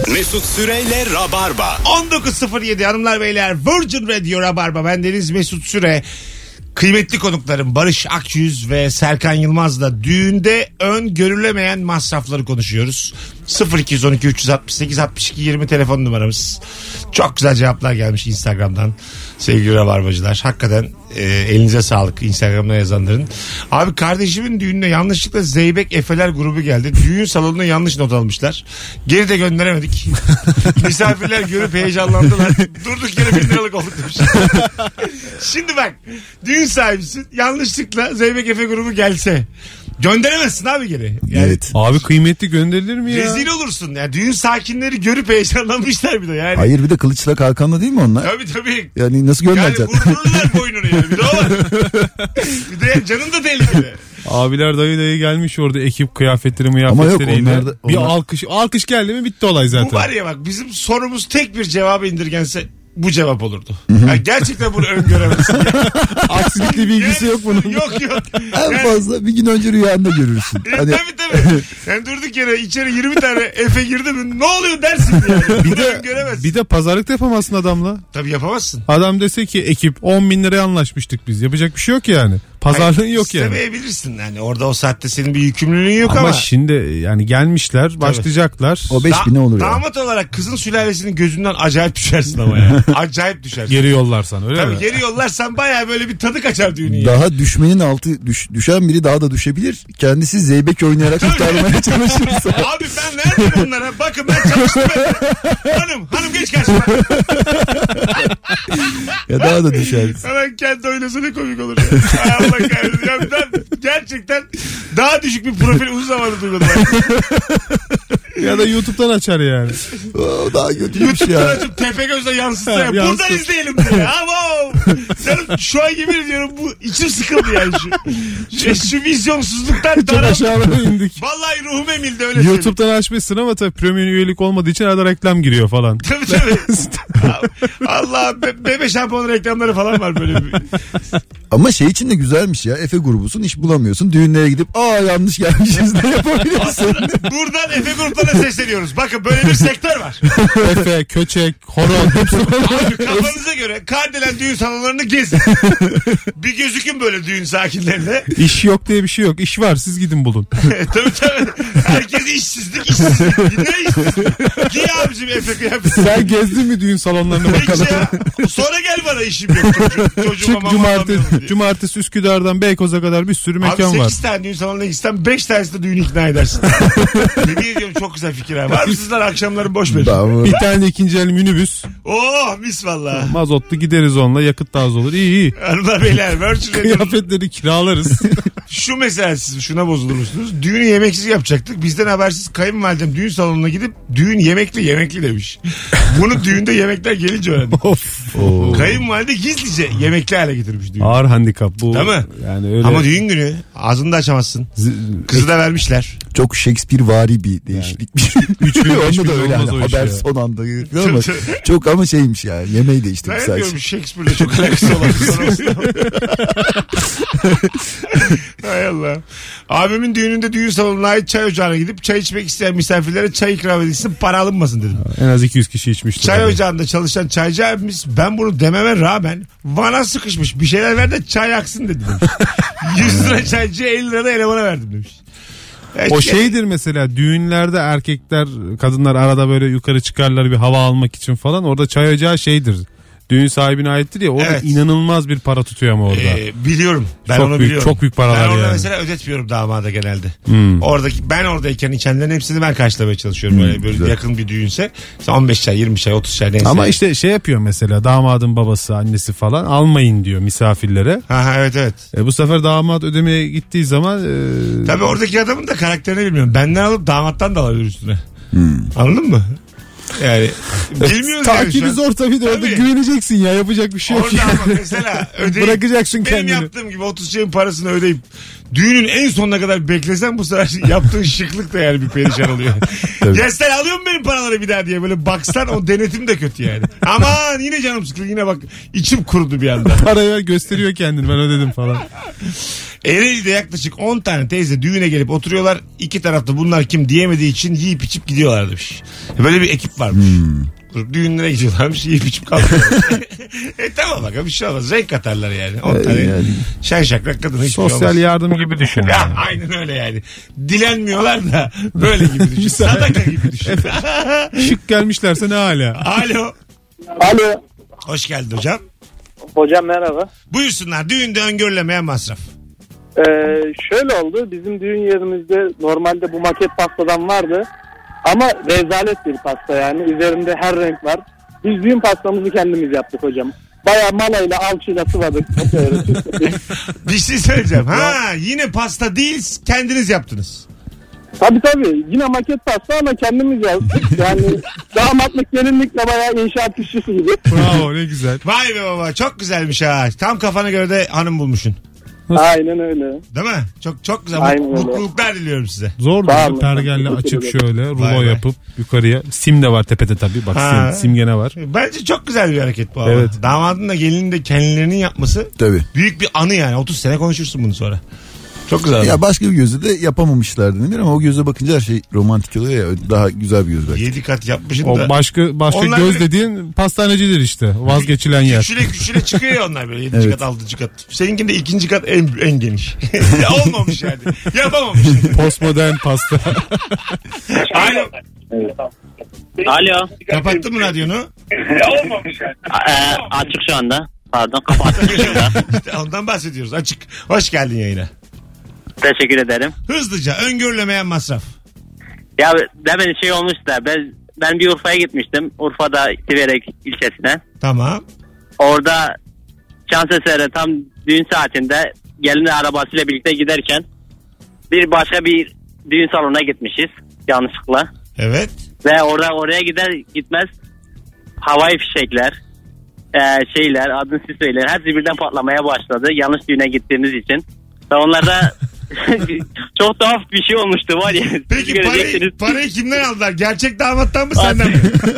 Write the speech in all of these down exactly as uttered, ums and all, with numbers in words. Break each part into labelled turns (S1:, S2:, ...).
S1: Mesut Süreyle Rabarba.
S2: on dokuz sıfır yedi hanımlar beyler, Virgin Radio Rabarba. Ben Deniz Mesut Süre. Kıymetli konuklarım Barış Akyüz ve Serkan Yılmaz'la düğünde ön görülemeyen masrafları konuşuyoruz. sıfır iki on iki üç altı sekiz altmış iki yirmi telefon numaramız. Çok güzel cevaplar gelmiş Instagram'dan sevgili Rabarbacılar. Hakikaten e, elinize sağlık Instagram'da yazanların. Abi kardeşimin düğününe yanlışlıkla Zeybek Efeler grubu geldi. Düğün salonuna yanlış not almışlar. Geri de gönderemedik. Misafirler görüp heyecanlandılar. Durduk yere bin liralık olduk demiş. Şimdi bak, düğün sahibisin, yanlışlıkla Zeybek Efe grubu gelse gönderemezsin abi geri. Yani
S3: evet.
S4: Abi kıymetli gönderilir mi ya?
S2: Rezil olursun. Yani düğün sakinleri görüp heyecanlanmışlar bir de yani.
S3: Hayır, bir de kılıçla kalkanla değil mi onlar?
S2: Tabii tabii.
S3: Yani nasıl
S2: Yani
S3: göndereceksin?
S2: vururlar boynunu yani. Bir de o var. Bir de canın da tehlikeli.
S4: Abiler dayı dayı gelmiş orada ekip kıyafetleri
S3: Ama yok,
S4: mıyafetleriyle.
S3: onlar da-
S4: Bir
S3: onlar-
S4: alkış alkış geldi mi bitti olay zaten.
S2: Bu var ya bak, bizim sorumuz tek bir cevabı indirgense bu cevap olurdu. Yani gerçekten bunu öngöremezsin.
S4: Aksilikli bilgisi yok bunun.
S2: Yok yok.
S3: En
S2: Yani,
S3: fazla bir gün önce rüyanda görürsün.
S2: e,
S3: Hani
S2: tabii tabii. Yani durduk yere içeri yirmi tane Efe girdi mi ne oluyor dersin yani.
S4: Bir
S2: Bunu
S4: de,
S2: öngöremezsin.
S4: bir de pazarlık da yapamazsın adamla.
S2: Tabii yapamazsın.
S4: Adam dese ki ekip on bin liraya anlaşmıştık biz. Yapacak bir şey yok yani. Pazarlığın
S2: Hayır,
S4: yok yani.
S2: İstemeyebilirsin yani. Orada o saatte senin bir yükümlülüğün yok
S4: Ama,
S2: ama.
S4: şimdi yani gelmişler başlayacaklar.
S3: o beş
S2: Da-
S3: bin ne olur ya?
S2: Damat olarak kızın sülalesinin gözünden acayip düşersin ama ya. Acayip düşersin.
S4: Geri yollarsan öyle
S2: Tabii
S4: mi?
S2: geri yollarsan baya böyle bir tadı kaçar düğünün ya.
S3: Daha düşmenin altı düş, düşen biri daha da düşebilir. Kendisi zeybek oynayarak kurtarmaya çalışırsa.
S2: Abi ben verdim onlara. Bakın ben çalıştım. Ben. Hanım, hanım geç karşıma.
S3: Ya daha da düşersin.
S2: Hemen kendi oynasa ne komik olur. Ya. Ay Allah kahretsin. Ya ben gerçekten daha düşük bir profil uzun zamandır duymadım.
S4: Ya da YouTube'dan açar yani.
S3: O daha kötüymüş
S2: YouTube'dan
S3: ya.
S2: açıp Tepegöz'le yansıtsa ya.
S4: Yansıt.
S2: Buradan izleyelim diye. Ama canım şu an yemin ediyorum bu içim sıkıldı yani şu. Şu, şu vizyonsuzluktan
S4: Çok
S2: taraf.
S4: aşağıya indik.
S2: Vallahi ruhum emildi öyle söyleyeyim.
S4: YouTube'dan açmışsın ama tabii premium üyelik olmadığı için arada reklam giriyor falan.
S2: Tabii tabii. Allah be, bebe şampuan reklamları falan var böyle bir.
S3: Ama şey için de güzelmiş ya. Efe grubusun, iş bulamıyorsun. Düğünlere gidip aa yanlış gelmişiz de yapabilirsin.
S2: Buradan Efe gruplarına sesleniyoruz. Bakın böyle bir sektör var.
S4: Efe, köçek, horon hepsi
S2: Abi kafanıza göre Kardelen düğün salonlarını gezin. Bir gözükün böyle düğün sakinlerine.
S4: İş yok diye bir şey yok. İş var siz gidin bulun.
S2: Tabii tabii. Herkes işsizlik işsizlik. Ne işsizlik? Giy abicim Efe kıyafeti.
S4: Sen gezdin mi düğün salonlarını
S2: Hiç
S4: bakalım?
S2: ya. Sonra gel bana işim yok çocuğum. Çocuğuma
S4: Çık cumartesi, cumartesi Üsküdar'dan Beykoz'a kadar bir sürü
S2: Abi
S4: mekan var.
S2: sekiz tane düğün salonuna gitsen beş tanesi de düğünü ikna edersin. Yemin ediyorum çok güzel fikir ha. Var mı sizler akşamları boş verin.
S3: Bravo.
S4: Bir tane ikinci el minibüs.
S2: Oh mis valla.
S4: Mazotlu gideriz onunla, yakıt da az olur. İyi iyi.
S2: Hanımlar beyler Virgin Radio.
S4: Kıyafetleri kiralarız.
S2: Şu mesela siz şuna bozulur musunuz? Düğünü yemeksiz yapacaktık. Bizden habersiz kayınvalidem düğün salonuna gidip düğün yemekli yemekli demiş. Bunu düğünde yemekler gelince öğrendim.
S4: Of.
S2: Kayınvalide gizlice yemekli hale getirmiş düğünü.
S4: Ağır handikap bu.
S2: Değil mi?
S4: Yani öyle.
S2: Ama düğün günü ağzını da açamazsın. Kızı da vermişler.
S3: Çok Shakespeare'vari bir değişiklikmiş.
S4: üç bin, beş
S3: Onda
S4: bin
S3: da öyle
S4: olmaz
S3: hani
S4: o iş
S3: haber
S4: ya.
S3: son anda yürüyor ama çok ama şeymiş yani yemeği değiştirmiş
S2: Ben
S3: sadece.
S2: diyorum Shakespeare'le çok alakası olan bir soru olsun. Hay Allah. Abimin düğününde düğün salonuna ait çay ocağına gidip çay içmek isteyen misafirlere çay ikram edilsin, para alınmasın dedim.
S4: En az iki yüz kişi içmiştir.
S2: Çay
S4: yani.
S2: ocağında çalışan çaycı abimiz ben bunu dememe rağmen vana sıkışmış bir şeyler ver de çay aksın dedi demiş. yüz lira çaycıya elli lira da elemana verdim demiş. Evet,
S4: O şeydir mesela düğünlerde erkekler kadınlar arada böyle yukarı çıkarlar bir hava almak için falan, orada çay ocağı şeydir. Düğün sahibine aittir ya, orada
S2: Evet.
S4: inanılmaz bir para tutuyor ama orada.
S2: Ee, biliyorum. Ben
S4: Çok
S2: onu
S4: büyük-
S2: biliyorum.
S4: çok büyük paralar
S2: Ben orada
S4: yani.
S2: mesela ödetmiyorum damada genelde.
S4: Hmm.
S2: Oradaki ben oradayken içenlerin hepsini ben karşılamaya çalışıyorum. Böyle, böyle
S3: güzel.
S2: yakın bir düğünse. Mesela on beş çay, yirmi çay, otuz çay neyse.
S4: Ama işte şey yapıyor mesela damadın babası annesi falan almayın diyor misafirlere.
S2: Ha, ha, evet evet.
S4: E bu sefer damat ödemeye gittiği zaman e,
S2: Tabii oradaki adamın da karakterini bilmiyorum. Benden alıp damattan da alabilir üstüne. Anladın mı? Yani bilmiyoruz yani şu
S4: takibi
S2: an.
S4: zor tabii de orada
S2: Tabii.
S4: güveneceksin ya, yapacak bir şey yok.
S2: Orada ama mesela ödeyip
S4: Bırakacaksın
S2: benim
S4: kendini.
S2: yaptığım gibi otuz çayın parasını ödeyip düğünün en sonuna kadar beklesen bu sefer yaptığın şıklık da yani bir perişan oluyor. Ya sen alıyor musun benim paraları bir daha diye böyle baksan o denetim de kötü yani. Aman yine canım sıkıldı, yine bak içim kurudu bir anda.
S4: Parayı ver gösteriyor kendini, ben ödedim falan.
S2: Ereğli'de yaklaşık on tane teyze düğüne gelip oturuyorlar. İki tarafta bunlar kim diyemediği için yiyip içip gidiyorlar demiş. Böyle bir ekip varmış. Hmm. Düğünlere gidiyorlarmış, yiyip içip kalkıyorlar. e tamam bak, bir şey olmaz. Renk katarlar yani. on tane yani. Şen şakrak kadın hiçbir
S4: Sosyal
S2: şey olmaz.
S4: yardım gibi düşün.
S2: Ya, yani. Aynen öyle yani. Dilenmiyorlar da böyle gibi düşün. Sadaka gibi düşün.
S4: Şık gelmişlerse ne hala.
S2: Alo.
S5: Alo.
S2: Hoş geldin hocam.
S5: Hocam merhaba.
S2: Buyursunlar. Düğünde öngörülemeyen masraf.
S5: Ee, şöyle oldu. Bizim düğün yerimizde normalde bu maket pastadan vardı. Ama rezalet bir pasta yani. Üzerinde her renk var. Biz düğün pastamızı kendimiz yaptık hocam. Bayağı malayla alçıyla sıvadık.
S2: Bir şey söyleyeceğim. Ha, yine pasta değil, kendiniz yaptınız.
S5: Tabii tabii. Yine maket pasta ama kendimiz yaptık. Yani damatlık gelinlikle bayağı inşaat işçisi gibi.
S4: Bravo, ne güzel.
S2: Vay be baba, çok güzelmiş ha. Tam kafana göre de hanım bulmuşsun.
S5: Aynen öyle.
S2: Değil mi? Çok çok güzel.
S5: Aynen
S2: Mutluluklar öyle. Diliyorum size.
S4: Zor bir pergelle açıp şöyle rulo yapıp yukarıya. Sim de var tepede tabii. Bak
S2: ha.
S4: sim, simgene var.
S2: Bence çok güzel bir hareket bu.
S4: Evet.
S2: Ama. Damadın da gelinin de kendilerinin yapması
S3: Tabii.
S2: büyük bir anı yani. otuz sene konuşursun bunu sonra. Çok güzel.
S3: Ya başka bir gözle de yapamamışlar denir ama o göze bakınca her şey romantik oluyor ya, daha güzel bir göz belki.
S2: Yedi kat yapmışsın
S4: o
S2: da.
S4: başka başka
S2: onlar
S4: göz
S2: böyle...
S4: dediğin pastanecidir işte. Vazgeçilen yer.
S2: Küçüle küçüle çıkıyor ya onlar böyle. Yedinci
S3: Evet.
S2: kat, altıncı kat. Seninkinde ikinci kat en, en geniş. Ya olmamış yani. Yapamamış.
S4: Postmodern pasta.
S2: Alo.
S6: Alo.
S2: Kapattın mı radyonu?
S6: Olmamış yani. Ee, açık şu anda. Pardon, kapattım şu anda.
S2: İşte ondan bahsediyoruz. Açık. Hoş geldin yayına.
S6: Teşekkür ederim.
S2: Hızlıca öngörülemeyen masraf.
S6: Ya demin şey olmuştu da ben, ben bir Urfa'ya gitmiştim. Urfa'da Tiverek ilçesine.
S2: Tamam.
S6: Orada şans eseri tam düğün saatinde gelin arabasıyla birlikte giderken bir başka bir düğün salonuna gitmişiz yanlışlıkla.
S2: Evet.
S6: Ve orada oraya gider gitmez havai fişekler, e, şeyler, adını siz söyleyin, hepsi birden patlamaya başladı. Yanlış düğüne gittiğimiz için. Ve onlarda çok tuhaf bir şey olmuştu var ya.
S2: Peki parayı, parayı kimden aldılar? Gerçek damattan mı, senden mi?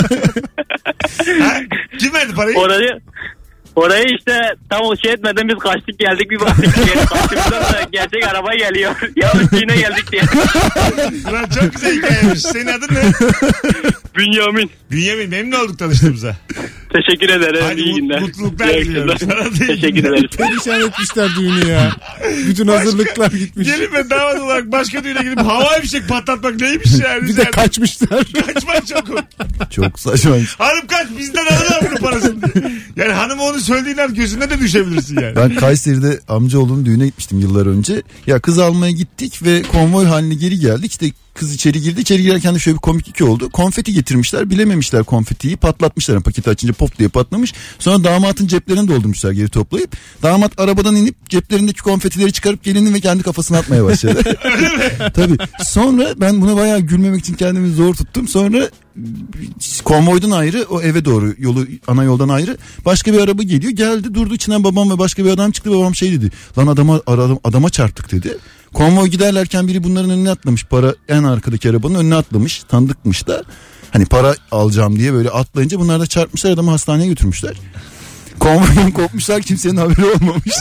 S2: Ha? Kim verdi parayı?
S6: Orayı Orayı işte tam o şey etmeden biz kaçtık geldik, bir baktık geri kaçtığımızda da gerçek araba geliyor. Ya düğüne geldik diye.
S2: Ulan çok güzel hikayemiş. Senin adın ne?
S6: Bünyamin.
S2: Bünyamin, memnun olduk tanıştığımıza.
S6: Teşekkür ederim.
S2: Hadi
S6: iyi günler.
S2: Mutluluklar
S6: İyi
S2: diliyorum.
S6: Teşekkür ederiz.
S4: Perişan etmişler düğünü ya. Bütün hazırlıklar gitmiş.
S2: Gelin ve damat olarak başka düğüne gidip havai fişek patlatmak neymiş yani?
S4: Bir de kaçmışlar.
S2: Kaçmak çok komik.
S3: Çok saçmaymış.
S2: Hanım kaç, bizden alırlar bunun parasını diye. Yani hanım onu söylediğin an gözüne de düşebilirsin yani.
S3: Ben Kayseri'de amcaoğlunun düğüne gitmiştim yıllar önce. Ya kız almaya gittik ve konvoy haline geri geldik. İşte kız içeri girdi. İçeri girerken de şöyle bir komik iki oldu. Konfeti getirmişler. Bilememişler konfetiyi. Patlatmışlar. Yani paketi açınca pop diye patlamış. Sonra damatın ceplerini doldurmuşlar geri toplayıp. Damat arabadan inip ceplerindeki konfetileri çıkarıp gelinin ve kendi kafasına atmaya başladı. Tabii. Sonra ben buna bayağı gülmemek için kendimi zor tuttum. Sonra konvoydan ayrı, o eve doğru yolu, ana yoldan ayrı başka bir araba geliyor. Geldi durdu, içinden babam ve başka bir adam çıktı. Babam şey dedi. Lan adama aradım, adama çarptık dedi. Konvoy giderlerken biri bunların önüne atlamış. Para en arkadaki arabanın önüne atlamış. Tanıdıkmış da. Hani para alacağım diye böyle atlayınca bunlar da çarpmışlar, adamı hastaneye götürmüşler. Konvoydan kopmuşlar, kimsenin haberi olmamış.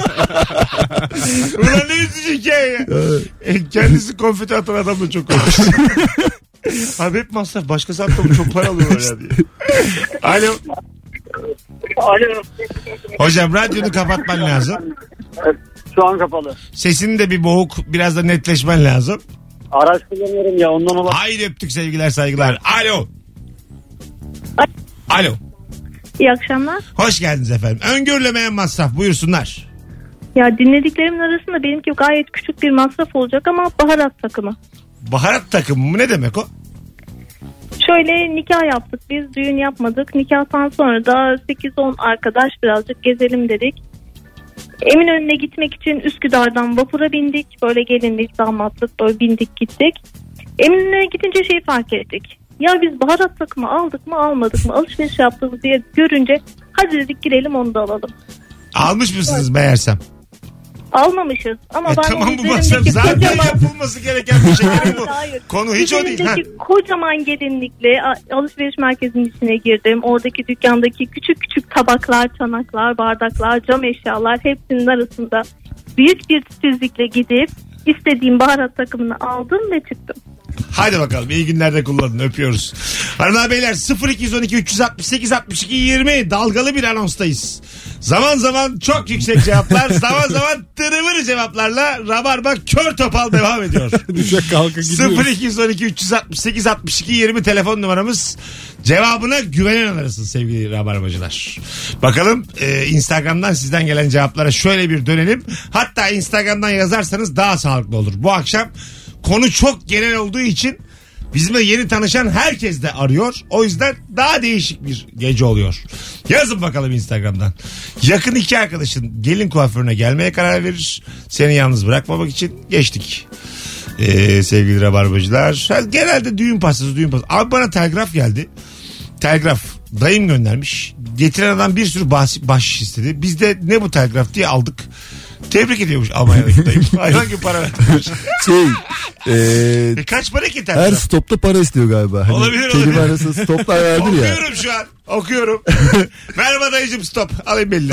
S2: Ulan ne üzücü hikaye ya. E, kendisi konfeti atan adam da çok korkmuş. Abi hep masraf, başkası atla mı çok para alıyorlar ya diye. Alo.
S5: Alo.
S2: Hocam radyonu kapatman lazım.
S5: Şu an kapalı.
S2: Sesini de bir boğuk, biraz da netleşmen lazım.
S5: Araç kullanıyorum ya, ondan olabilir.
S2: Haydi öptük, sevgiler saygılar. Alo. Alo.
S7: İyi akşamlar.
S2: Hoş geldiniz efendim. Öngörülemeyen masraf, buyursunlar.
S7: Ya dinlediklerimin arasında benimki gayet küçük bir masraf olacak ama baharat takımı.
S2: Baharat takımı mı, ne demek o?
S7: Şöyle nikah yaptık, biz düğün yapmadık. Nikahtan sonra da sekiz on arkadaş birazcık gezelim dedik. Eminönü'ne gitmek için Üsküdar'dan vapura bindik. Böyle gelinlik, damatlık böyle bindik gittik. Eminönü'ne gidince şey fark ettik. Ya biz baharat takımı aldık mı almadık mı, alışveriş yaptığımız diye görünce hadi dedik girelim onu da alalım.
S2: Almış mısınız meğersem?
S7: Almamışız ama
S2: E
S7: ben
S2: tamam, bu
S7: üzerimdeki
S2: masraf zaten
S7: kocaman...
S2: yapılması gereken bir şey değil bu.
S7: Hayır.
S2: Konu hiç o değil. Ha.
S7: Üzerimdeki kocaman gelinlikle alışveriş merkezinin içine girdim. Oradaki dükkandaki küçük küçük tabaklar, çanaklar, bardaklar, cam eşyalar hepsinin arasında büyük bir titizlikle gidip istediğim baharat takımını aldım ve çıktım.
S2: Hadi bakalım, iyi günlerde kullanın, öpüyoruz. Hanımlar beyler, sıfır iki on iki üç altı sekiz altmış iki yirmi dalgalı bir anonstayız. Zaman zaman çok yüksek cevaplar, zaman zaman tırıvırı cevaplarla Rabarba kör topal devam ediyor.
S4: Düşe kalka gidiyoruz.
S2: sıfır iki on iki üç altı sekiz altmış iki yirmi telefon numaramız. Cevabına güvenen arasın sevgili Rabarbacılar. Bakalım e, Instagram'dan sizden gelen cevaplara şöyle bir dönelim. Hatta Instagram'dan yazarsanız daha sağlıklı olur. Bu akşam konu çok genel olduğu için bizimle yeni tanışan herkes de arıyor. O yüzden daha değişik bir gece oluyor. Yazın bakalım Instagram'dan. Yakın iki arkadaşın gelin kuaförüne gelmeye karar verir. Seni yalnız bırakmamak için geçtik. Ee, sevgili Rabarbacılar. Genelde düğün pastası düğün pastası. Abi bana telgraf geldi. Telgraf. Dayım göndermiş. Getiren adam bir sürü bahşiş, bahşiş istedi. Biz de ne bu telgraf diye aldık. Tebrik ediyormuş Almanya'daki dayım. Hayvan gibi para vermiş.
S3: Şey e,
S2: E kaç para ki telgraf?
S3: her stopta para istiyor galiba. Hani
S2: Olabilir,
S3: kelime
S2: olabilir.
S3: arası stoplar vardır ya.
S2: Okuyorum şu an. Okuyorum. Merhaba dayıcım, stop. Alayım belli.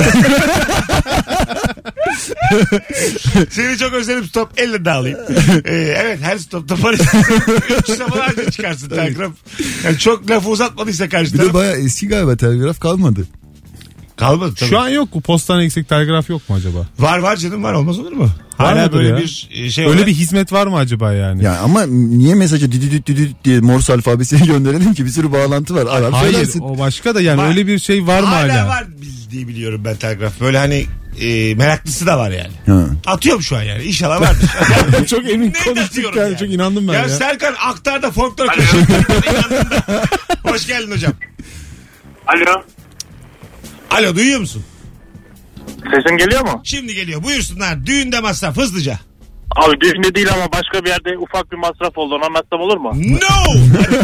S2: Seni çok özledim, stop. elli de alayım. Ee, evet, her stopta para üç defalarca çıkarsın telgraf. Yani çok lafı uzatmadıysa karşı
S3: Bir
S2: taraf.
S3: de bayağı eski galiba, telgraf kalmadı.
S2: Kalmadı tabii.
S4: Şu an yok mu? Postane eksik telgraf yok mu acaba?
S2: Var var canım, var, olmaz olur mu?
S4: Var
S2: Hala
S4: mıdır
S2: böyle
S4: ya?
S2: bir şey
S4: Öyle
S2: olarak-
S4: bir hizmet var mı acaba yani?
S3: Ya ama niye mesajı düdüdüt düdüt diye Morse alfabesini gönderelim ki, bir sürü bağlantı var. Arar
S4: Hayır,
S3: söylersin.
S4: o başka da yani
S2: Var.
S4: öyle bir şey var mı hala?
S2: Hala var diye biliyorum ben telgraf. Böyle hani e, meraklısı da var yani.
S3: Ha.
S2: Atıyorum şu an yani. İnşallah vardır.
S4: Çok emin
S2: Ne
S4: konuştuk
S2: atıyorum
S4: yani.
S2: yani?
S4: Çok inandım ben
S2: ya.
S4: ya.
S2: Serkan aktarda folklor köşesi. İnandın da. Hoş geldin hocam.
S5: Alo.
S2: Alo, duyuyor musun?
S5: Sesim geliyor mu?
S2: Şimdi geliyor. Buyursunlar. Düğünde masraf hızlıca.
S5: Abi düğünde değil ama başka bir yerde ufak bir masraf oldu. Onu anlatsam olur mu?
S2: No!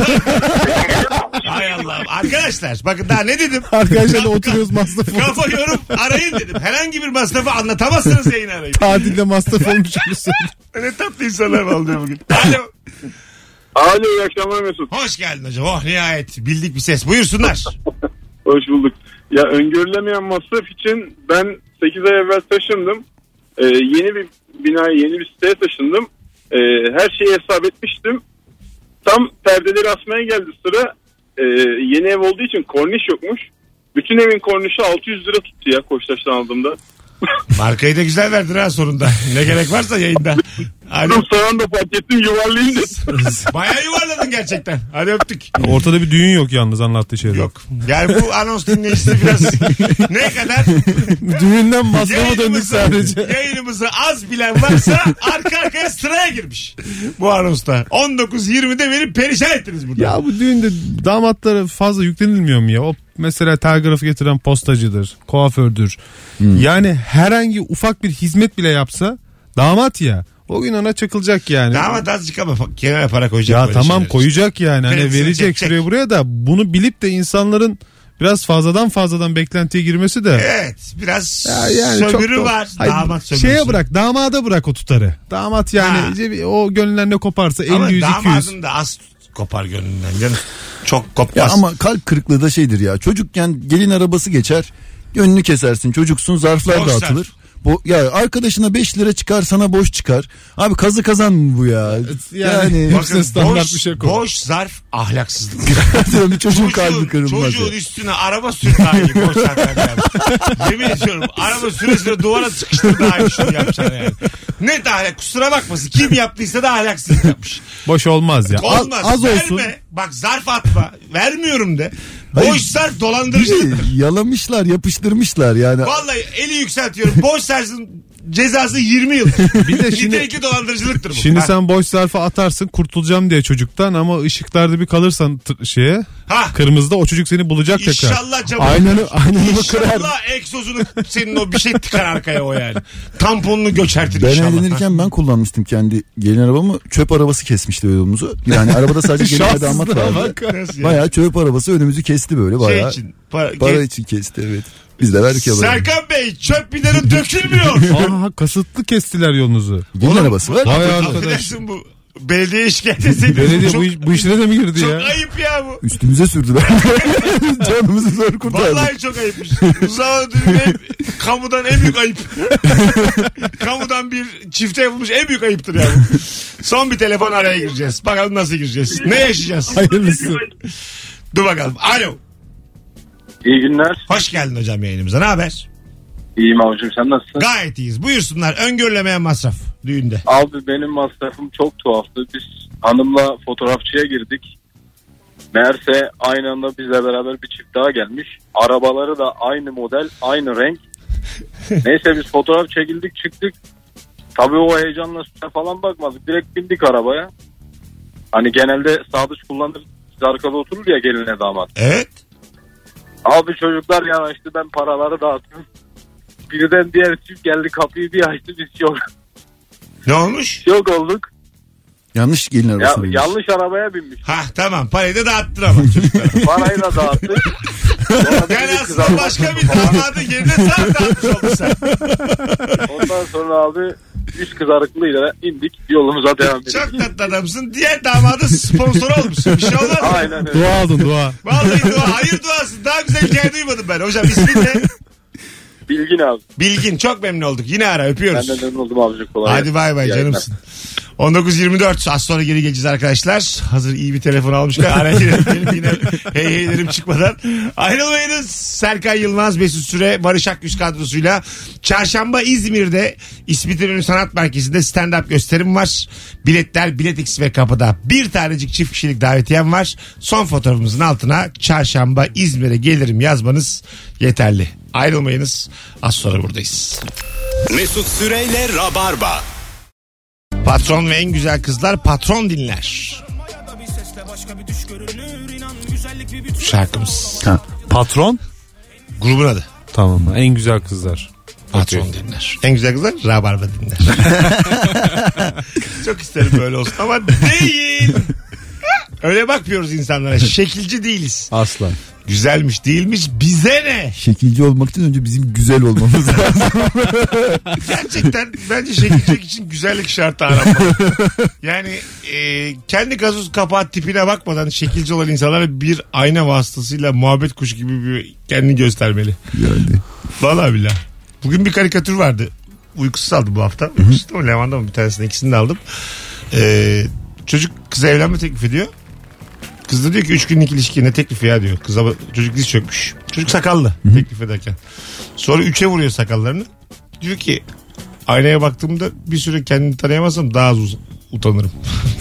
S2: Hay Allah'ım. Arkadaşlar bakın daha ne dedim?
S4: Arkadaşlarla oturuyoruz, masraf olmuş.
S2: Kafa yorum arayın dedim. Herhangi bir masrafı anlatamazsınız yayın arayın.
S4: Tatilde masraf olmuş.
S2: Ne tatlı insanlar oluyor bugün. Alo.
S5: Alo, iyi akşamlar Mesut.
S2: Hoş geldin hocam. Oh nihayet. Bildik bir ses. Buyursunlar.
S5: Hoş bulduk. Ya öngörülemeyen masraf için ben sekiz ay evvel taşındım. Ee, yeni bir binaya, yeni bir siteye taşındım. Ee, her şeyi hesap etmiştim. Tam perdeleri asmaya geldi sıra. Ee, yeni ev olduğu için korniş yokmuş. Bütün evin kornişi altı yüz lira tuttu ya Koçtaş'tan aldığımda.
S2: Markayı da güzel verdin ha sonunda. Ne gerek varsa yayında. Hadi.
S5: Sonra da fark ettim, yuvarlayayım dedim.
S2: Bayağı yuvarladın gerçekten. Hadi öptük.
S4: Ortada bir düğün yok yalnız anlattığı şeyde.
S2: Yok. Yani bu anons dinleyicisi biraz ne kadar
S4: Düğünden masrafa döndük
S2: yayınımızı,
S4: sadece.
S2: yayınımızı az bilen varsa arka arkaya sıraya girmiş. Bu anonsta. on dokuz yirmide beni perişan ettiniz burada.
S4: Ya bu düğünde damatlara fazla yüklenilmiyor mu ya? O mesela telgrafı getiren postacıdır, kuafördür. Hmm. Yani herhangi ufak bir hizmet bile yapsa damat ya. O gün ona çakılacak yani.
S2: Damat azıcık ama kenara para koyacak.
S4: Ya
S2: böyle
S4: tamam
S2: şeyler.
S4: koyacak yani. Hani
S2: Hepsini
S4: verecek
S2: çekecek.
S4: şuraya buraya da bunu bilip de insanların biraz fazladan fazladan beklentiye girmesi de.
S2: Evet. Biraz
S4: Ya yani çok
S2: sömürü
S4: da-
S2: var.
S4: Hayır,
S2: damat sömürüsü.
S4: şeye bırak, damada bırak o tutarı. Damat yani
S2: Ha.
S4: işte o gönlünden ne koparsa
S2: Ama
S4: elli yüz iki yüz.
S2: damadın da az kopar gönlünden canım. Çok kopmaz.
S3: Ya ama kalp kırıklığı da şeydir ya. Çocukken gelin arabası geçer. Önünü kesersin. Çocuksun, zarflar
S2: Boş
S3: dağıtılır. Bu, ya arkadaşına beş lira çıkar, sana boş çıkar. Abi kazı kazan mı bu ya?
S4: yani-
S3: Yani,
S2: Bakın
S4: standart
S2: boş,
S4: bir şey koy.
S2: boş zarf ahlaksızlık.
S3: bir çocuğun kalbi kırılmaz.
S2: çocuğun
S3: ya.
S2: üstüne araba sür daha iyi boş zarflar yani. Yemin ediyorum araba süre süre duvara sıkıştır daha iyi şunu yapacaksın yani. Ne de ahlak, kusura bakmasın. Kim yaptıysa da ahlaksızlık yapmış.
S4: Boş olmaz ya. Az,
S2: Olmaz.
S4: az
S2: Verme.
S4: olsun.
S2: Bak zarf atma. Vermiyorum de.
S3: Hayır.
S2: Boş zarf
S3: Bir
S2: dolandırıcılıktır.
S3: de yalamışlar, yapıştırmışlar yani.
S2: Vallahi eli yükseltiyorum. Boş zarfın cezası yirmi yıl.
S4: Bir de şimdi
S2: Nitelikli dolandırıcılıktır bu.
S4: Şimdi
S2: Ha.
S4: sen boş zarfı atarsın kurtulacağım diye çocuktan ama ışıklarda bir kalırsan t- şeye
S2: Ha.
S4: kırmızıda o çocuk seni bulacak tekrar.
S2: İnşallah camı.
S4: Aynanı, aynanı kırar.
S2: İnşallah egzozunu senin o bir şey tıkar arkaya o yani. Tamponunu göçertir
S3: Ben
S2: inşallah.
S3: evlenirken ben kullanmıştım kendi gelin arabamı. Çöp arabası kesmişti yolumuzu. Yani arabada sadece gelin ve damat
S4: Şanssızlığa
S3: vardı.
S4: bak.
S2: Nasıl yani?
S3: Bayağı çöp arabası önümüzü kesti böyle
S2: Şey
S3: bayağı.
S2: için. Para,
S3: Para
S2: ge-
S3: için kesti, evet. Biz de verdik yalanı.
S2: Serkan Bey çöp binerin dökülmüyor.
S4: Aa, kasıtlı kestiler yolunuzu.
S3: Gelin arabası var.
S4: Vay arkadaş.
S2: Affedersin bu Belediyeye şikayet etseydiniz.
S4: Belediye
S2: çok,
S4: bu, iş- bu işine de mi girdi
S2: çok
S4: ya?
S2: ayıp ya bu.
S3: Üstümüze sürdüler. Canımızı zor kurtardık.
S2: Vallahi çok ayıpmış. Uzağa düğüne kamudan en büyük ayıp. Kamudan bir çifte yapılmış en büyük ayıptır yani. Son bir telefon araya gireceğiz. Bakalım nasıl gireceğiz. Ne yaşayacağız?
S4: Hayırlısı.
S2: Dur bakalım. Alo.
S8: İyi günler.
S2: Hoş geldin hocam yayınımıza. Ne haber?
S8: İyiyim avcım, sen nasılsın?
S2: Gayet iyiyiz. Buyursunlar. Öngörülemeyen masraf düğünde.
S8: Abi benim masrafım çok tuhaftı. Biz hanımla fotoğrafçıya girdik. Meğerse aynı anda bizle beraber bir çift daha gelmiş. Arabaları da aynı model, aynı renk. Neyse biz fotoğraf çekildik, çıktık. Tabii o heyecanla üstüne falan bakmadık. Direkt bindik arabaya. Hani genelde sadıç kullanır, siz arkada oturur ya gelinle damat.
S2: Evet.
S8: Abi çocuklar yanaştı, ben paraları dağıtıyorum. Birden diğer çift geldi, kapıyı bir açtı, biz yok.
S2: Ne olmuş?
S8: Yok olduk.
S3: Yanlış gelin
S8: Ya,
S3: arabasına binmiş.
S8: yanlış arabaya binmiş.
S2: Ha tamam. Parayı da dağıttın ama çocuklar.
S8: Parayı da dağıttık. Sonra
S2: Yani
S8: bir
S2: aslında
S8: kız
S2: başka
S8: almak-
S2: bir damadın yerine sen dağıtmış oldun sen.
S8: Ondan sonra abi üç kızarıklıyla indik, yolumuza devam ettik.
S2: Çok tatlı adamsın. Diğer damadın sponsoru olmuşsun. Bir şey olmaz mı?
S8: Aynen öyle.
S4: Dua aldın dua.
S2: Vallahi dua. Hayır duası. Daha güzel hikaye duymadım ben. Hocam ismin ne?
S8: Bilgin abi.
S2: Bilgin. Çok memnun olduk. Yine ara.
S8: Ben
S2: Öpüyoruz.
S8: de memnun oldum abicim, kolay
S2: Hadi
S8: gelsin.
S2: bay bay
S8: İyi yayınlar.
S2: canımsın. on dokuz yirmi dört az sonra geri geleceğiz arkadaşlar. Hazır iyi bir telefon almışken araya girelim. Benim yine hey heylerim çıkmadan. Ayrılmayınız. Serkan Yılmaz, Mesut Süre, Barış Akgüz kadrosuyla Çarşamba İzmir'de İsmet İnönü Sanat Merkezi'nde stand-up gösterim var. Biletler Biletix ve kapıda. Bir tanecik çift kişilik davetiyem var. Son fotoğrafımızın altına Çarşamba İzmir'e gelirim yazmanız yeterli. Ayrılmayınız. Az sonra buradayız.
S1: Mesut Süreyle Rabarba.
S2: Patron ve en güzel kızlar patron dinler. Şarkımız.
S3: Ha.
S4: Patron?
S2: Grubun adı.
S4: Tamam. En güzel kızlar.
S2: Patron
S4: Okey.
S2: dinler. En güzel kızlar Rabarba dinler. Çok isterim böyle olsun ama değil. Öyle bakmıyoruz insanlara. Şekilci değiliz.
S4: Asla.
S2: Güzelmiş değilmiş bize ne?
S3: Şekilci olmak için önce bizim güzel olmamız lazım.
S2: Gerçekten bence şekilcilik için güzellik şartı aranmalı. Yani e, kendi gazoz kapağı tipine bakmadan şekilci olan insanlara bir ayna vasıtasıyla muhabbet kuşu gibi bir kendini göstermeli.
S3: Yani.
S2: Vallahi billahi. Bugün bir karikatür vardı. Uykusuz aldım bu hafta. Uykusuz değil mi? Levan'da mı? Bir tanesini ikisini de aldım. Ee, çocuk kıza evlenme teklif ediyor. Kız da diyor ki üç günlük ilişki ne teklifi ya diyor. Kıza çocuk diz çökmüş. Çocuk sakallı teklif ederken. Sonra üçe vuruyor sakallarını. Diyor ki aynaya baktığımda bir süre kendini tanıyamazsam daha az uz- utanırım.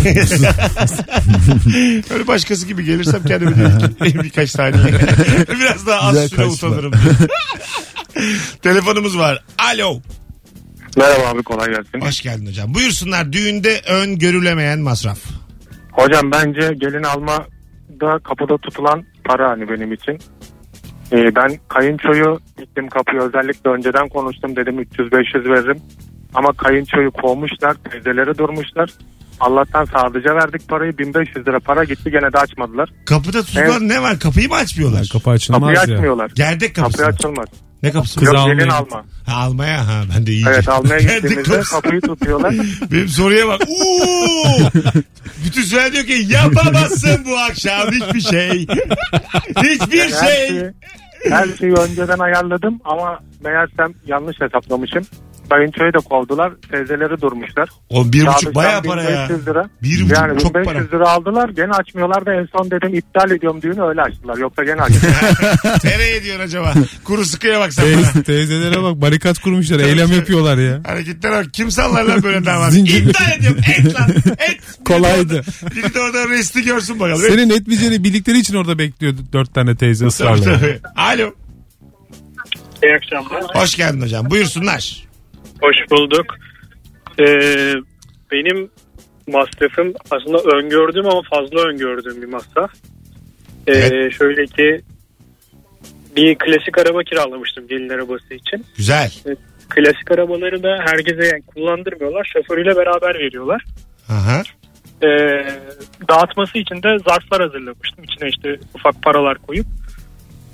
S2: Öyle başkası gibi gelirsem kendime değil ki birkaç saniye. Biraz daha az
S3: Güzel
S2: süre
S3: kaçma.
S2: utanırım. Telefonumuz var. Alo.
S5: Merhaba abi, kolay gelsin.
S2: Hoş geldin hocam. Buyursunlar. Düğünde öngörülemeyen masraf.
S5: Hocam bence gelin alma da kapıda tutulan para hani benim için. Ee, ben kayınçoyu gittim kapıya, özellikle önceden konuştum, dedim üç yüz beş yüz veririm. Ama kayınçoyu kovmuşlar, teyzeleri durmuşlar. Allah'tan sadece verdik parayı, bin beş yüz lira para gitti, gene de açmadılar.
S2: Kapıda tutulan
S5: Evet.
S2: ne var? Kapıyı mı açmıyorlar?
S4: Kapı açılmaz
S5: Kapıyı
S4: ya.
S5: açmıyorlar.
S2: Gerdek kapısı.
S5: Kapıyı
S2: mı?
S5: açılmaz.
S2: Ne kapısı?
S4: Kız
S5: Yok,
S4: almaya
S5: gelin
S4: git.
S5: alma.
S2: Ha, almaya ha ben de iyice.
S5: Evet, almaya
S2: Gerdek
S5: gittiğimizde
S2: kapısı.
S5: kapıyı tutuyorlar.
S2: Benim soruya bak. Uuu. Bütün süre diyor ki yapamazsın bu akşam hiçbir şey. Hiçbir
S5: Her
S2: şey.
S5: şeyi, her şeyi önceden ayarladım ama meğersem yanlış hesaplamışım. Kayınçoyu da kovdular, teyzeleri durmuşlar.
S2: O bir buçuk
S5: Sadıktan
S2: bayağı para ya.
S5: bin beş yüz lira.
S2: Bir buçuk
S5: Yani
S2: çok
S5: bin beş
S2: para.
S5: yüz lira aldılar, gene açmıyorlar da en son dedim iptal ediyorum düğünü, öyle açtılar. Yoksa gene açtılar.
S2: Nereye diyorsun acaba? Kuru sıkıya bak sen bana.
S4: Teyze, teyzelere bak barikat kurmuşlar. Eylem yapıyorlar ya.
S2: Hareketler bak. Kim sallar lan böyle damat?
S4: Zincirli.
S2: İptal ediyorum. Et lan. Et. Biri
S4: Kolaydı.
S2: de orada- Biri de orada resti görsün bakalım.
S4: Senin etmeyeceğini bildikleri için orada bekliyordu dört tane teyze
S2: Tabii,
S4: ısrarla.
S2: tabii. Alo.
S5: İyi akşamlar.
S2: Hoş geldin hocam. Buyursunlar.
S9: Hoş bulduk. Ee, benim masrafım aslında öngördüğüm ama fazla öngördüğüm bir masraf. Ee,
S2: Evet.
S9: Şöyle ki bir klasik araba kiralamıştım gelin arabası için.
S2: Güzel.
S9: Klasik arabaları da herkese yani kullandırmıyorlar. Şoförüyle beraber veriyorlar.
S2: Aha.
S9: Ee, dağıtması için de zarflar hazırlamıştım. İçine işte ufak paralar koyup.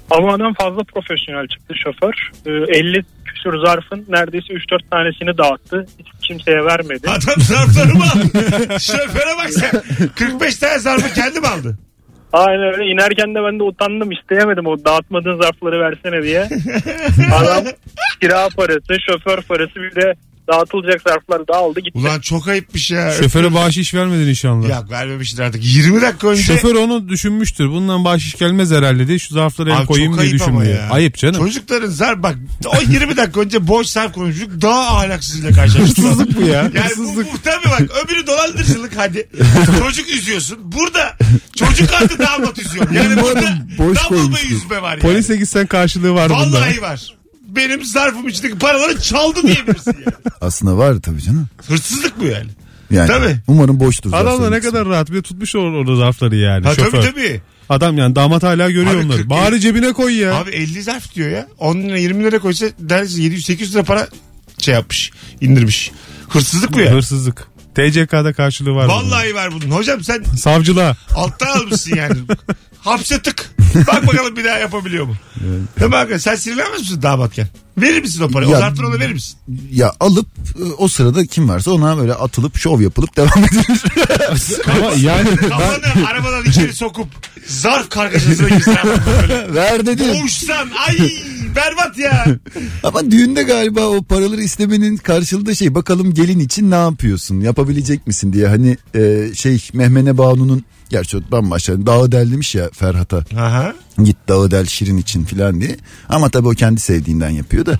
S9: Ama adam fazla profesyonel çıktı şoför. Ee, elli küsur zarfın neredeyse üç dört tanesini dağıttı. Hiç kimseye vermedi.
S2: Adam zarfları mı aldı? Şoföre bak sen. kırk beş tane zarfı kendi mi aldı?
S9: Aynen öyle. İnerken de ben de utandım, isteyemedim o dağıtmadığın zarfları versene diye. Adam kira parası, şoför parası, bir de dağıtılacak zarflar dağıldı gitti.
S2: Ulan çok ayıpmış ya.
S4: Şoföre bahşiş vermedin inşallah.
S2: Yok, vermemiştir artık. yirmi dakika önce.
S4: Şoför onu düşünmüştür. Bundan bahşiş gelmez herhalde diye şu zarfları el
S2: Abi
S4: koyayım
S2: çok
S4: diye
S2: ayıp ama
S4: düşünmüyor.
S2: ya.
S4: Ayıp canım.
S2: Çocukların zarf bak, o yirmi dakika önce boş zarf konuştuk, daha ahlaksızlıkla karşılaştık.
S4: Hırsızlık bu ya.
S2: Yani
S4: Hırsızlık.
S2: bu muhtemelen bak, öbürü dolandırıcılık hadi. Çocuk üzüyorsun. Burada çocuk artı damat üzüyor. Yani burada
S3: boş
S2: double
S3: koymuştur.
S2: yüzme var yani.
S4: Polise gitsen karşılığı var bunda.
S2: Vallahi var. Benim zarfım içindeki paraları çaldı diyebilirsin yani.
S3: Aslında var tabii canım.
S2: Hırsızlık bu yani.
S3: Yani
S2: Tabii.
S3: umarım boştur.
S4: Adam da
S3: zarfların
S4: ne
S3: kısmı.
S4: kadar rahat bir de tutmuş or- orada zarfları yani.
S2: Ha,
S4: şoför.
S2: tabii tabii.
S4: Adam yani damat hala görüyor
S2: Abi
S4: onları.
S2: kırk-
S4: Bari cebine koy ya.
S2: Abi elli zarf diyor ya. on lira yirmi lira koysa neredeyse yedi yüz sekiz yüz lira para şey yapmış. İndirmiş. Hırsızlık bu ya.
S4: Hırsızlık. T C K'da karşılığı var.
S2: Vallahi var bunun. Hocam sen
S4: bunun. Savcılığa.
S2: alttan almışsın yani. Hapse tık. Bak bakalım bir daha yapabiliyor mu? Değil mi arkadaşlar? Sen sinirlenmez misin damatken? Verir misin o parayı?
S3: Ya-
S2: O zarfları ona verir misin?
S3: Ya alıp e, o sırada kim varsa ona böyle atılıp şov yapılıp devam edilir.
S4: Ama yani
S2: Kafanı arabadan içeri sokup zarf kargaşasına girsen böyle.
S3: Ver dedi.
S2: Boğuşsan. Ay berbat ya.
S3: Ama düğünde galiba o paraları istemenin karşılığı da şey, bakalım gelin için ne yapıyorsun, yapabilecek misin diye. Hani e, şey Mehmene Banu'nun, gerçi o bambaşka, dağı del demiş ya Ferhat'a.
S2: Aha.
S3: Git dağı del Şirin için filan diye. Ama tabii o kendi sevdiğinden yapıyor da.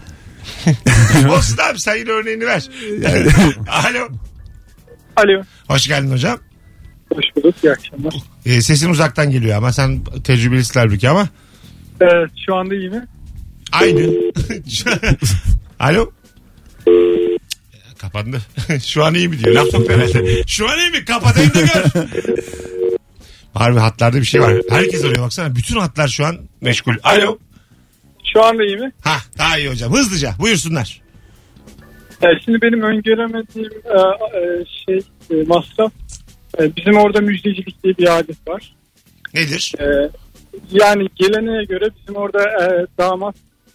S2: Olsun abi, sen yine örneğini ver. Alo.
S9: Alo.
S2: Hoş geldin hocam.
S9: Hoş bulduk. İyi akşamlar.
S2: Ee, sesin uzaktan geliyor ama sen tecrübelisin halbuki ama.
S9: Evet, şu anda iyi mi?
S2: Aynı. Alo. Kapandı. Şu an iyi mi diyor. Laf soktu herhalde. Şu an iyi mi? Kapatayım da gör. Harbi hatlarda bir şey var. Herkes arıyor baksana. Bütün hatlar şu an meşgul. Alo.
S9: Şu anda iyi mi?
S2: Ha, daha iyi hocam. Hızlıca buyursunlar.
S9: E, şimdi benim öngöremediğim e, e, şey e, masraf. E, bizim orada müjdecilik diye bir adet var.
S2: Nedir?
S9: E, yani geleneğe göre bizim orada e, damat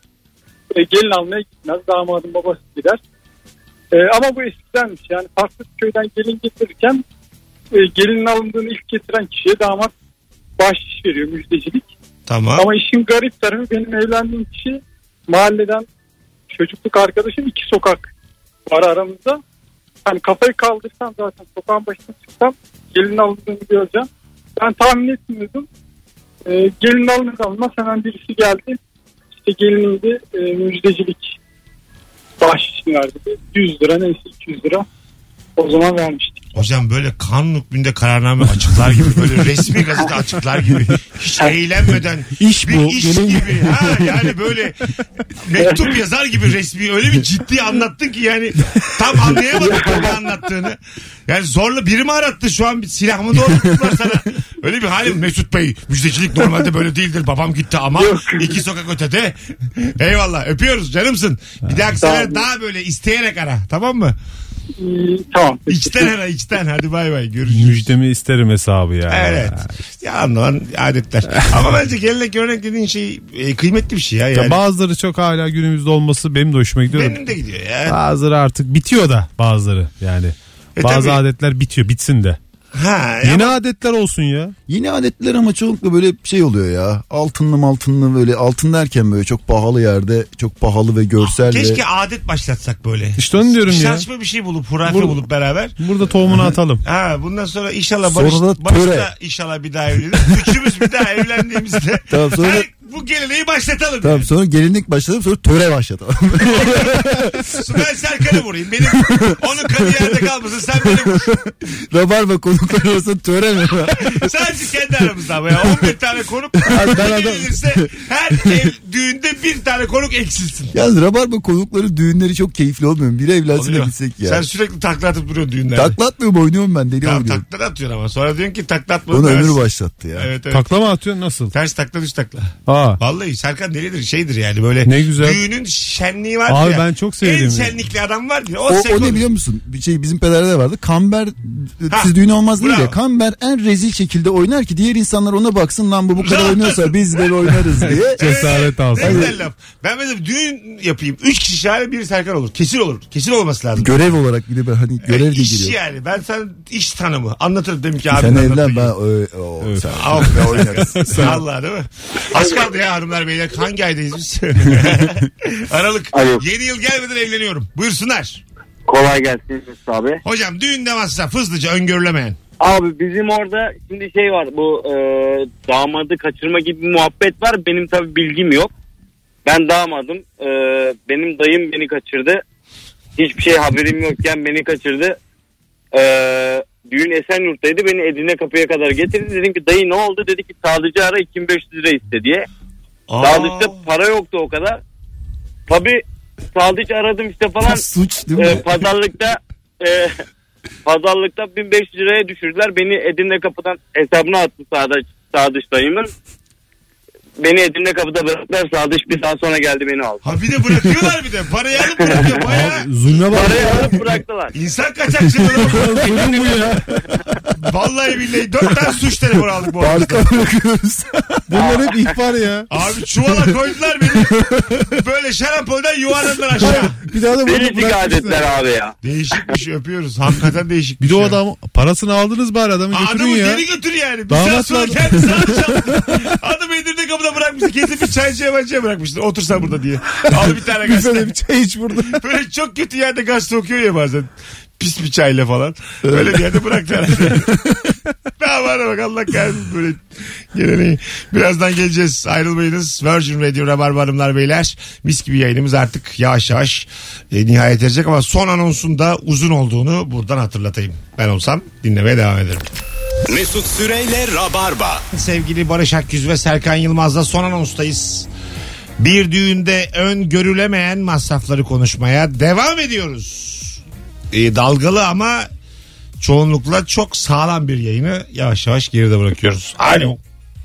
S9: e, gelin almaya gitmez. Damadın babası gider. E, ama bu eskidenmiş. Yani farklı bir köyden gelin getirirken e, gelinin alındığını ilk getiren kişiye damat bahşiş veriyor, müjdecilik.
S2: Tamam.
S9: Ama işin garip tarafı, benim evlendiğim kişi mahalleden çocukluk arkadaşım, iki sokak var aramızda. Hani kafayı kaldırsam zaten sokağın başına çıksam gelin alındığını göreceğim. Ben tahmin etmiyordum. E, gelin alınır alınmaz hemen birisi geldi. İşte gelinin de e, müjdecilik bahşişini verdi. yüz lira neyse iki yüz lira o zaman vermiştik.
S2: Hocam böyle kanun hükmünde kararname açıklar gibi, böyle resmi gazete açıklar gibi, hiç eğlenmeden
S4: İş
S2: bir
S4: bu,
S2: iş
S4: gelin-
S2: gibi, ha yani böyle mektup yazar gibi resmi, öyle bir ciddi anlattın ki yani tam anlayamadım ne anlattığını. Yani zorla biri mi arattı şu an, bir silah mı doğrulttular sana? Öyle bir halim. Mesut Bey, müjdecilik normalde böyle değildir, babam gitti ama iki sokak ötede. Eyvallah, öpüyoruz, canımsın. Bir dahaki sefer daha böyle isteyerek ara, tamam mı?
S9: Ee, tamam.
S2: İçten ara, içten. Hadi bay bay, görüşürüz.
S4: müjdemi isterim hesabı ya.
S2: Evet. Ya anlaman adetler. Ama bence gelenek görenek dediğin şey e, kıymetli bir şey ya. Yani.
S4: Ya bazıları çok hala günümüzde olması benim de hoşuma gidiyor.
S2: Benim de gidiyor ya.
S4: Bazıları artık bitiyor da, bazıları yani.
S2: E
S4: Bazı
S2: tabii.
S4: adetler bitiyor, bitsin de.
S2: Ha,
S4: Yeni
S2: ya,
S4: adetler olsun ya.
S3: Yeni adetler ama çoğunlukla böyle şey oluyor ya. Altınlı maltınlı, böyle altın derken böyle çok pahalı yerde, çok pahalı ve görsel
S2: keşke
S3: ve...
S2: adet başlatsak böyle.
S4: İşte onu diyorum ya.
S2: Saçma bir şey bulup, hurafe
S4: Bur-
S2: bulup beraber.
S4: Burada tohumunu atalım.
S2: Ha, bundan sonra inşallah
S3: Sonra
S2: Barış,
S3: da
S2: Barış
S3: töre.
S2: da inşallah bir daha evlenir. Üçümüz bir daha evlendiğimizde.
S3: Tamam, sonra-
S2: Hayır, bu geleneği başlatalım.
S3: Tamam,
S2: yani.
S3: sonra gelinlik başladı, sonra töre başlatalım.
S2: Ben Serkan'ı vurayım. Benim onun kanı yerde kalmasın. Sen beni vur.
S3: Rabarba konukları arasında töre mi?
S2: Sadece kendi aramızda ama ya. on bir tane konuk.
S3: ben
S2: Bir
S3: adam-
S2: gelirse her ev, düğünde bir tane konuk eksilsin.
S3: Yalnız Rabarba konukları düğünleri çok keyifli olmuyor mu? Biri evlensin de
S2: Oluyor.
S3: bilsek ya.
S2: Sen sürekli takla atıp duruyorsun düğünlerde.
S3: Takla atmıyorum, oynuyorum ben, deli
S2: Tamam,
S3: oynuyorum.
S2: takla da atıyorsun ama. Sonra diyorsun ki takla atma.
S3: Onu
S2: demezsin.
S3: ömür başlattı ya.
S2: Evet evet.
S4: Takla mı atıyorsun, nasıl?
S2: Ters takla, düz takla.
S4: Aa. Valla.
S2: Vallahi Serkan delidir şeydir yani böyle.
S4: Ne güzel.
S2: Düğünün şenliği var
S4: Abi
S2: ya.
S4: ben çok sevdim.
S2: En şenlikli adam var ya. O,
S3: O,
S2: sek
S3: o ne
S2: olur.
S3: biliyor musun? Bir şey bizim pederde vardı. Kamber
S2: Ha,
S3: siz düğün olmaz değil
S2: bravo.
S3: ya. Kamber en rezil şekilde oynar ki diğer insanlar ona baksın lan bu bu kadar oynuyorsa biz de oynarız diye.
S4: Cesaret alsın.
S2: Ne güzel laf. Ben mesela düğün yapayım. Üç kişi şahane biri Serkan olur. Kesin olur. Kesin olması lazım.
S3: Görev olarak bir de ben hani görev
S2: E,
S3: diye
S2: iş
S3: geliyor.
S2: yani. Ben sana iş tanımı anlatırım dedim ki abi.
S3: Sen evlen ben o, o, sen
S2: Al.
S3: ben oynarız.
S2: Allah değil mi? Az kaldı ya hanımlar beyler. Hangi aydayız biz? Aralık.
S10: Alo.
S2: Yeni yıl gelmeden evleniyorum. Buyursunlar.
S10: Kolay gelsin abi.
S2: Hocam düğünde masraf hızlıca öngörülemeyen.
S10: Abi bizim orada şimdi şey var, bu e, damadı kaçırma gibi bir muhabbet var. Benim tabii bilgim yok. Ben damadım. E, benim dayım beni kaçırdı. Hiçbir şey haberim yokken beni kaçırdı. E, düğün Esenyurt'taydı. Beni Edirne kapıya kadar getirdi. Dedim ki dayı ne oldu? Dedi ki sağlıcı ara iki bin beş yüz lira iste diye. Sağlıkta para yoktu o kadar. Tabii sağlıkçı aradım işte falan.
S3: Suç değil mi?
S10: E, pazarlıkta e, pazarlıkta bin beş yüz liraya düşürdüler. Beni Edirne kapıdan hesabına attı Sadıç, Sadıç dayımın. Beni Edirne kapıda bıraktılar. Sadıç bir saat sonra geldi beni aldı.
S2: Ha bir de bırakıyorlar bir de. Parayı alıp bırakıyor. Bayağı
S4: Zulme bak.
S10: Parayı alıp bıraktılar.
S2: insan kaçakçılığı.
S4: Zulüm bu ya.
S2: Vallahi billahi dört tane suç telefonu aldık bu arada.
S3: Barka bırakıyoruz.
S4: Bunlar hep ihbar ya.
S2: Abi çuvala koydular beni. Böyle şarampolden yuvarladılar aşağı.
S4: Bir daha da
S10: Beni
S4: bunu
S10: şikayet ettiler
S4: bırakmışlar.
S10: abi ya.
S2: Değişik bir şey öpüyoruz. Hakikaten değişik
S4: Bir de o
S2: şey.
S4: adam parasını aldınız bari adamı götürün
S2: Adamı
S4: ya.
S2: geri götür yani. Bir
S4: Damat
S2: saat sonra
S4: lazım.
S2: kendisi alacak. Adam Edirne kapıda bırakmıştı. Kesin bir çaycıya bacıya bırakmıştır. Otursan burada diye. Al bir tane
S4: Büfede
S2: gazete.
S4: bir çay iç burada.
S2: Böyle çok kötü yerde gazete okuyor ya bazen. Pis bir çayla falan. Böyle bir yerde bıraktı herhalde. Daha var bak Allah kahretsin böyle geleneği. Birazdan geleceğiz. Ayrılmayınız. Virgin Radio Rabarba Hanımlar Beyler. Mis gibi yayınımız artık yavaş yavaş e, nihayet edecek ama son anonsun da uzun olduğunu buradan hatırlatayım. Ben olsam dinlemeye devam ederim.
S1: Mesut Süreyle Rabarba.
S2: Sevgili Barış Akyüz ve Serkan Yılmaz'la son anonstayız. Bir düğünde öngörülemeyen masrafları konuşmaya devam ediyoruz. E, dalgalı ama çoğunlukla çok sağlam bir yayını yavaş yavaş geride bırakıyoruz. Alo.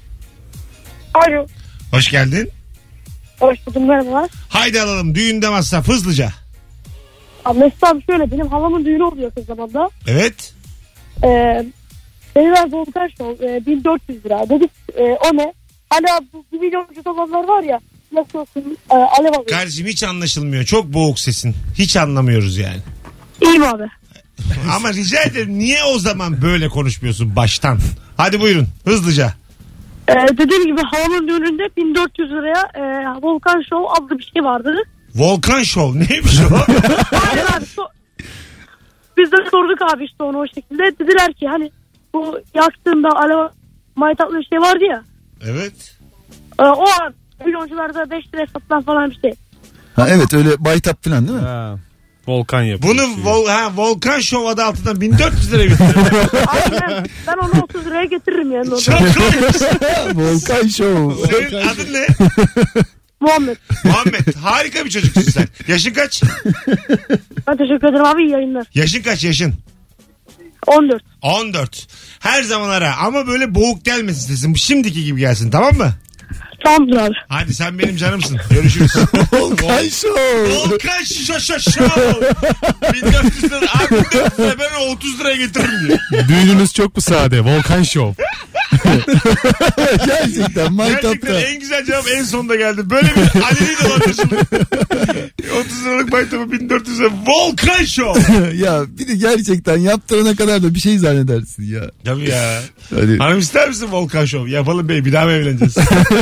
S7: Alo.
S2: Hoş geldin.
S7: Hoş bulduk, merhabalar.
S2: Haydi alalım düğünde masraf hızlıca.
S7: Abi Mesut abi şöyle, benim halamın düğünü oluyor yakın zamanda.
S2: Evet.
S7: Ee, Beyler Volkan Show e, bin dört yüz lira. Dedik e, o ne? Hala bu bir milyoncu dolarlar var ya. Nasıl olsun e, alev alıyor.
S2: Kardeşim hiç anlaşılmıyor. Çok boğuk sesin. Hiç anlamıyoruz yani.
S7: İyiyim abi.
S2: Ama rica ederim niye o zaman böyle konuşmuyorsun baştan? Hadi buyurun hızlıca.
S7: Ee, dediğim gibi halamın düğününde bin dört yüz liraya e, Volkan Show adlı bir şey vardı.
S2: Volkan Show neymiş o?
S7: Aynen abi. So- Biz de sorduk abi işte onu o şekilde. Dediler ki hani bu yaktığında alev maytaplı bir şey vardı ya.
S2: Evet.
S7: E, o an milyoncularda beş liraya satılan falan bir şey.
S3: Ha, evet öyle baytap falan değil mi?
S4: Ha, volkan yapıyor.
S2: Bunu vol, ha, Volkan Show adı altından bin dört yüz liraya bitiriyor.
S7: Abi ben, ben onu otuz liraya getiririm yani.
S2: Çok komik.
S3: Volkan Show.
S2: Senin adın ne?
S7: Muhammed.
S2: Muhammed. Harika bir çocuksun sen. Yaşın kaç?
S7: Ben teşekkür ederim abi, iyi yayınlar.
S2: Yaşın kaç yaşın?
S7: on dört.
S2: on dört. Her zaman ara ama böyle boğuk gelmesin sesin. Şimdiki gibi gelsin tamam mı?
S7: Tamamdır abi.
S2: Hadi sen benim canımsın. Görüşürüz.
S3: Volkan Show.
S2: Volkan şo şo şo. bin dört yüz lira. Abi bin dört yüz lira ben otuz liraya getiririm diye.
S4: Düğününüz çok mu sade? Volkan Show.
S3: Gerçekten maytapta.
S2: Gerçekten en güzel cevap en sonunda geldi. Böyle bir aleni de olabilir şimdi. otuz liralık maytabı bin dört yüz lira. Volkan Show.
S3: Ya bir de gerçekten yaptırana kadar da bir şey zannedersin ya.
S2: Tabii ya.
S3: Hani
S2: Hanım ister misin Volkan Show? Yapalım bey bir daha mı evleneceğiz?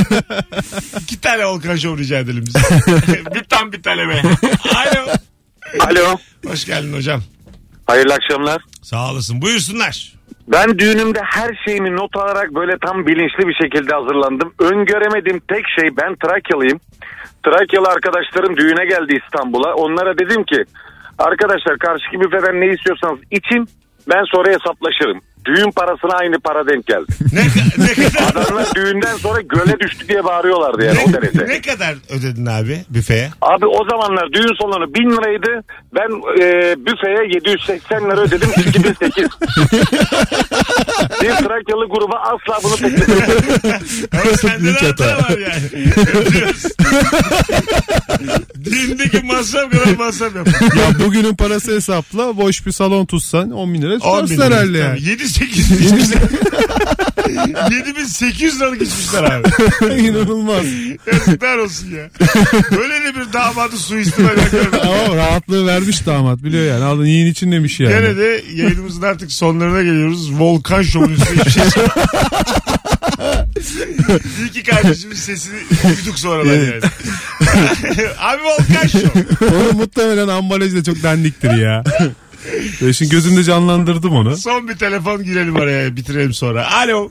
S2: İki tane Volkan Show rica edelim biz. bir tam bir tane be. Alo.
S10: Alo.
S2: Hoş geldin hocam.
S10: Hayırlı akşamlar.
S2: Sağ olasın. Buyursunlar.
S10: Ben düğünümde her şeyimi not alarak böyle tam bilinçli bir şekilde hazırlandım. Öngöremediğim tek şey, ben Trakyalıyım. Trakyalı arkadaşlarım düğüne geldi İstanbul'a. Onlara dedim ki arkadaşlar karşıki büfeden ne istiyorsanız için, ben sonra hesaplaşırım. Düğün parasına aynı para denk geldi.
S2: Ne, ne kadar
S10: Adamlar düğünden sonra göle düştü diye bağırıyorlardı yani o
S2: ne,
S10: derece.
S2: ne kadar ödedin abi büfeye?
S10: Abi o zamanlar düğün salonu bin liraydı. Ben e, büfeye yedi yüz seksen lira ödedim. iki bin sekiz.
S11: Bir Trakyalı gruba asla bunu teklif etmem.
S2: Ama sende de hata var yani. Düğündeki masraf kadar masraf yapar.
S4: Ya bugünün parası hesapla boş bir salon tutsan on bin lira
S2: on bin
S4: tutarsın herhalde yani.
S2: yedi sekiz yedi bin sekiz yüz liralık içmişler abi.
S4: İnanılmaz.
S2: Yazıklar olsun ya. Böyle de bir damadı suistimal yapıyorum.
S4: Ama rahatlığı vermiş damat biliyor yani. Aldın yiyin için demiş yani.
S2: Gene de yayınımızın artık sonlarına geliyoruz. Volkan Show'un üstüne bir şey İyi ki kardeşimin sesini duyduk sonradan yani. Abi Volkan Show.
S4: Onun muhtemelen ambalajı da çok dandiktir ya. Ben şimdi gözümde canlandırdım onu.
S2: Son bir telefon girelim araya, bitirelim sonra. Alo.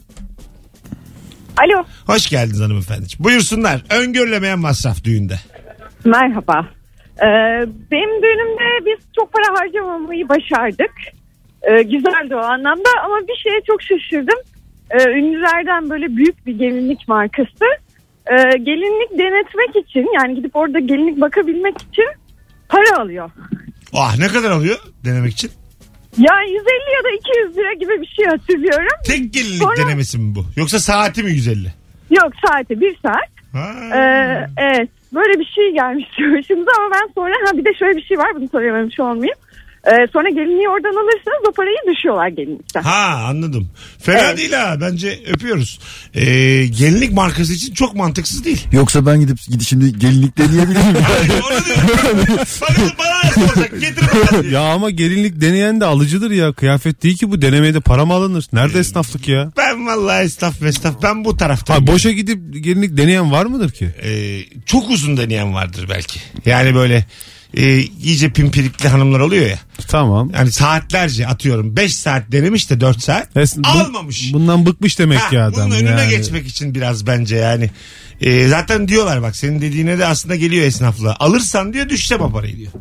S12: Alo.
S2: Hoş geldiniz hanımefendiciğim. Buyursunlar. Öngörülemeyen masraf düğünde.
S12: Merhaba. Ee, benim düğünümde biz çok para harcamamayı başardık. Ee, güzeldi o anlamda ama bir şeye çok şaşırdım. Ee, ünlülerden böyle büyük bir gelinlik markası. Ee, gelinlik denetmek için, yani gidip orada gelinlik bakabilmek için para alıyor.
S2: Ah, ne kadar alıyor denemek için?
S12: Ya yüz elli ya da iki yüz lira gibi bir şey hatırlıyorum.
S2: Tek gelinlik
S12: Sonra...
S2: denemesi mi bu? Yoksa saati mi yüz elli?
S12: Yok, saati bir saat. Ee, evet, böyle bir şey gelmiş başımıza ama ben sonra ha bir de şöyle bir şey var, bunu söylememiş olmayayım. Ee, sonra gelinliği oradan alırsanız o parayı düşüyorlar gelinlikten.
S2: Ha, anladım. Fena evet. Değil ha, bence öpüyoruz. Ee, gelinlik markası için çok mantıksız değil.
S3: Yoksa ben gidip gidip şimdi gelinlik deneyebilirim.
S2: Hayır, onu diyorum. Bakın bana nasıl olacak, getirin bakalım.
S4: Ya ama gelinlik deneyen de alıcıdır ya. Kıyafet değil ki bu, denemeye de para mı alınır? Nerede ee, esnaflık ya?
S2: Ben vallahi esnaf esnaf ben bu taraftayım.
S4: Ha, boşa gidip gelinlik deneyen var mıdır ki?
S2: Ee, çok uzun deneyen vardır belki. Yani böyle e, iyice pimpirikli hanımlar oluyor ya.
S4: Tamam.
S2: Yani saatlerce, atıyorum beş saat denemiş de dört saat es, bu, almamış.
S4: Bundan bıkmış demek ha, ki adam.
S2: Bunun önüne
S4: yani.
S2: geçmek için biraz bence yani. E, zaten diyorlar bak, senin dediğine de aslında geliyor esnaflığa. Alırsan diyor düşsem o parayı diyor.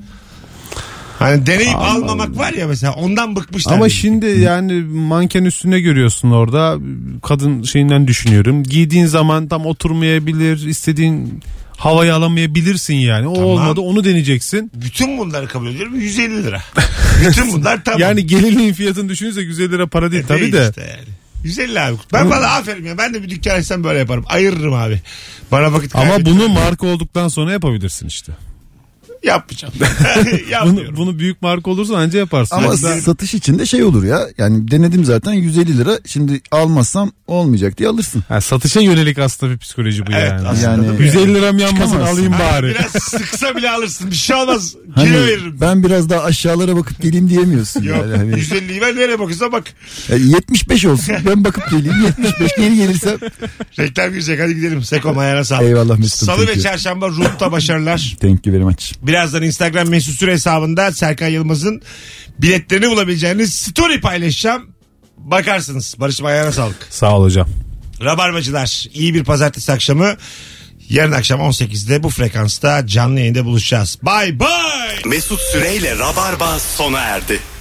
S2: Hani deneyip ama, almamak var ya mesela, ondan bıkmışlar.
S4: Ama şimdi yani manken üstüne görüyorsun orada, kadın şeyinden düşünüyorum. Giydiğin zaman tam oturmayabilir, istediğin havayı alamayabilirsin yani. O tamam. Olmadı, onu deneyeceksin.
S2: Bütün bunları kabul ediyorum, yüz elli lira. Bütün bunlar tamam.
S4: Yani gelinliğin fiyatını düşünürsek yüz elli lira para değil e, tabii de. Işte yani.
S2: yüz elli abi. Ben bana aferin ya. Ben de bir dükkan açsam böyle yaparım. Ayırırım abi. Bana vakit
S4: ama bunu marka olduktan sonra yapabilirsin işte.
S2: Yapmayacağım.
S4: bunu, bunu büyük marka olursa anca yaparsın.
S3: Ama
S4: yani
S3: satış için de şey olur ya. Yani denedim zaten yüz elli lira. Şimdi almazsam olmayacak diye alırsın.
S4: Ha, satışa yönelik aslında bir psikoloji bu evet, yani.
S3: yani.
S4: yüz elli liram yanmasın, alayım bari.
S2: Biraz sıksa bile alırsın. Bir şey olmaz.
S3: Hani
S2: Kilo veririm.
S3: Ben biraz daha aşağılara bakıp geleyim diyemiyorsun.
S2: Yok.
S3: Yani. Hani...
S2: yüz elliyi ver, nereye bakıyorsa bak.
S3: Yani yetmiş beş olsun. Ben bakıp geleyim. yetmiş beş geri gelirsem.
S2: Reklam girecek. Hadi gidelim. Sekom ayağına sağlık.
S3: Eyvallah Mesut'um.
S2: Salı ve çarşamba Ruh'ta başarılar.
S3: Thank you very much.
S2: Birazdan Instagram Mesut Süre hesabında Serkan Yılmaz'ın biletlerini bulabileceğiniz story paylaşacağım. Bakarsınız. Barış'ım ayağına sağlık.
S4: Sağ ol hocam.
S2: Rabarbacılar, iyi bir pazartesi akşamı. Yarın akşam on sekizde bu frekansta canlı yayında buluşacağız. Bye bye.
S1: Mesut Süre ile Rabarba sona erdi.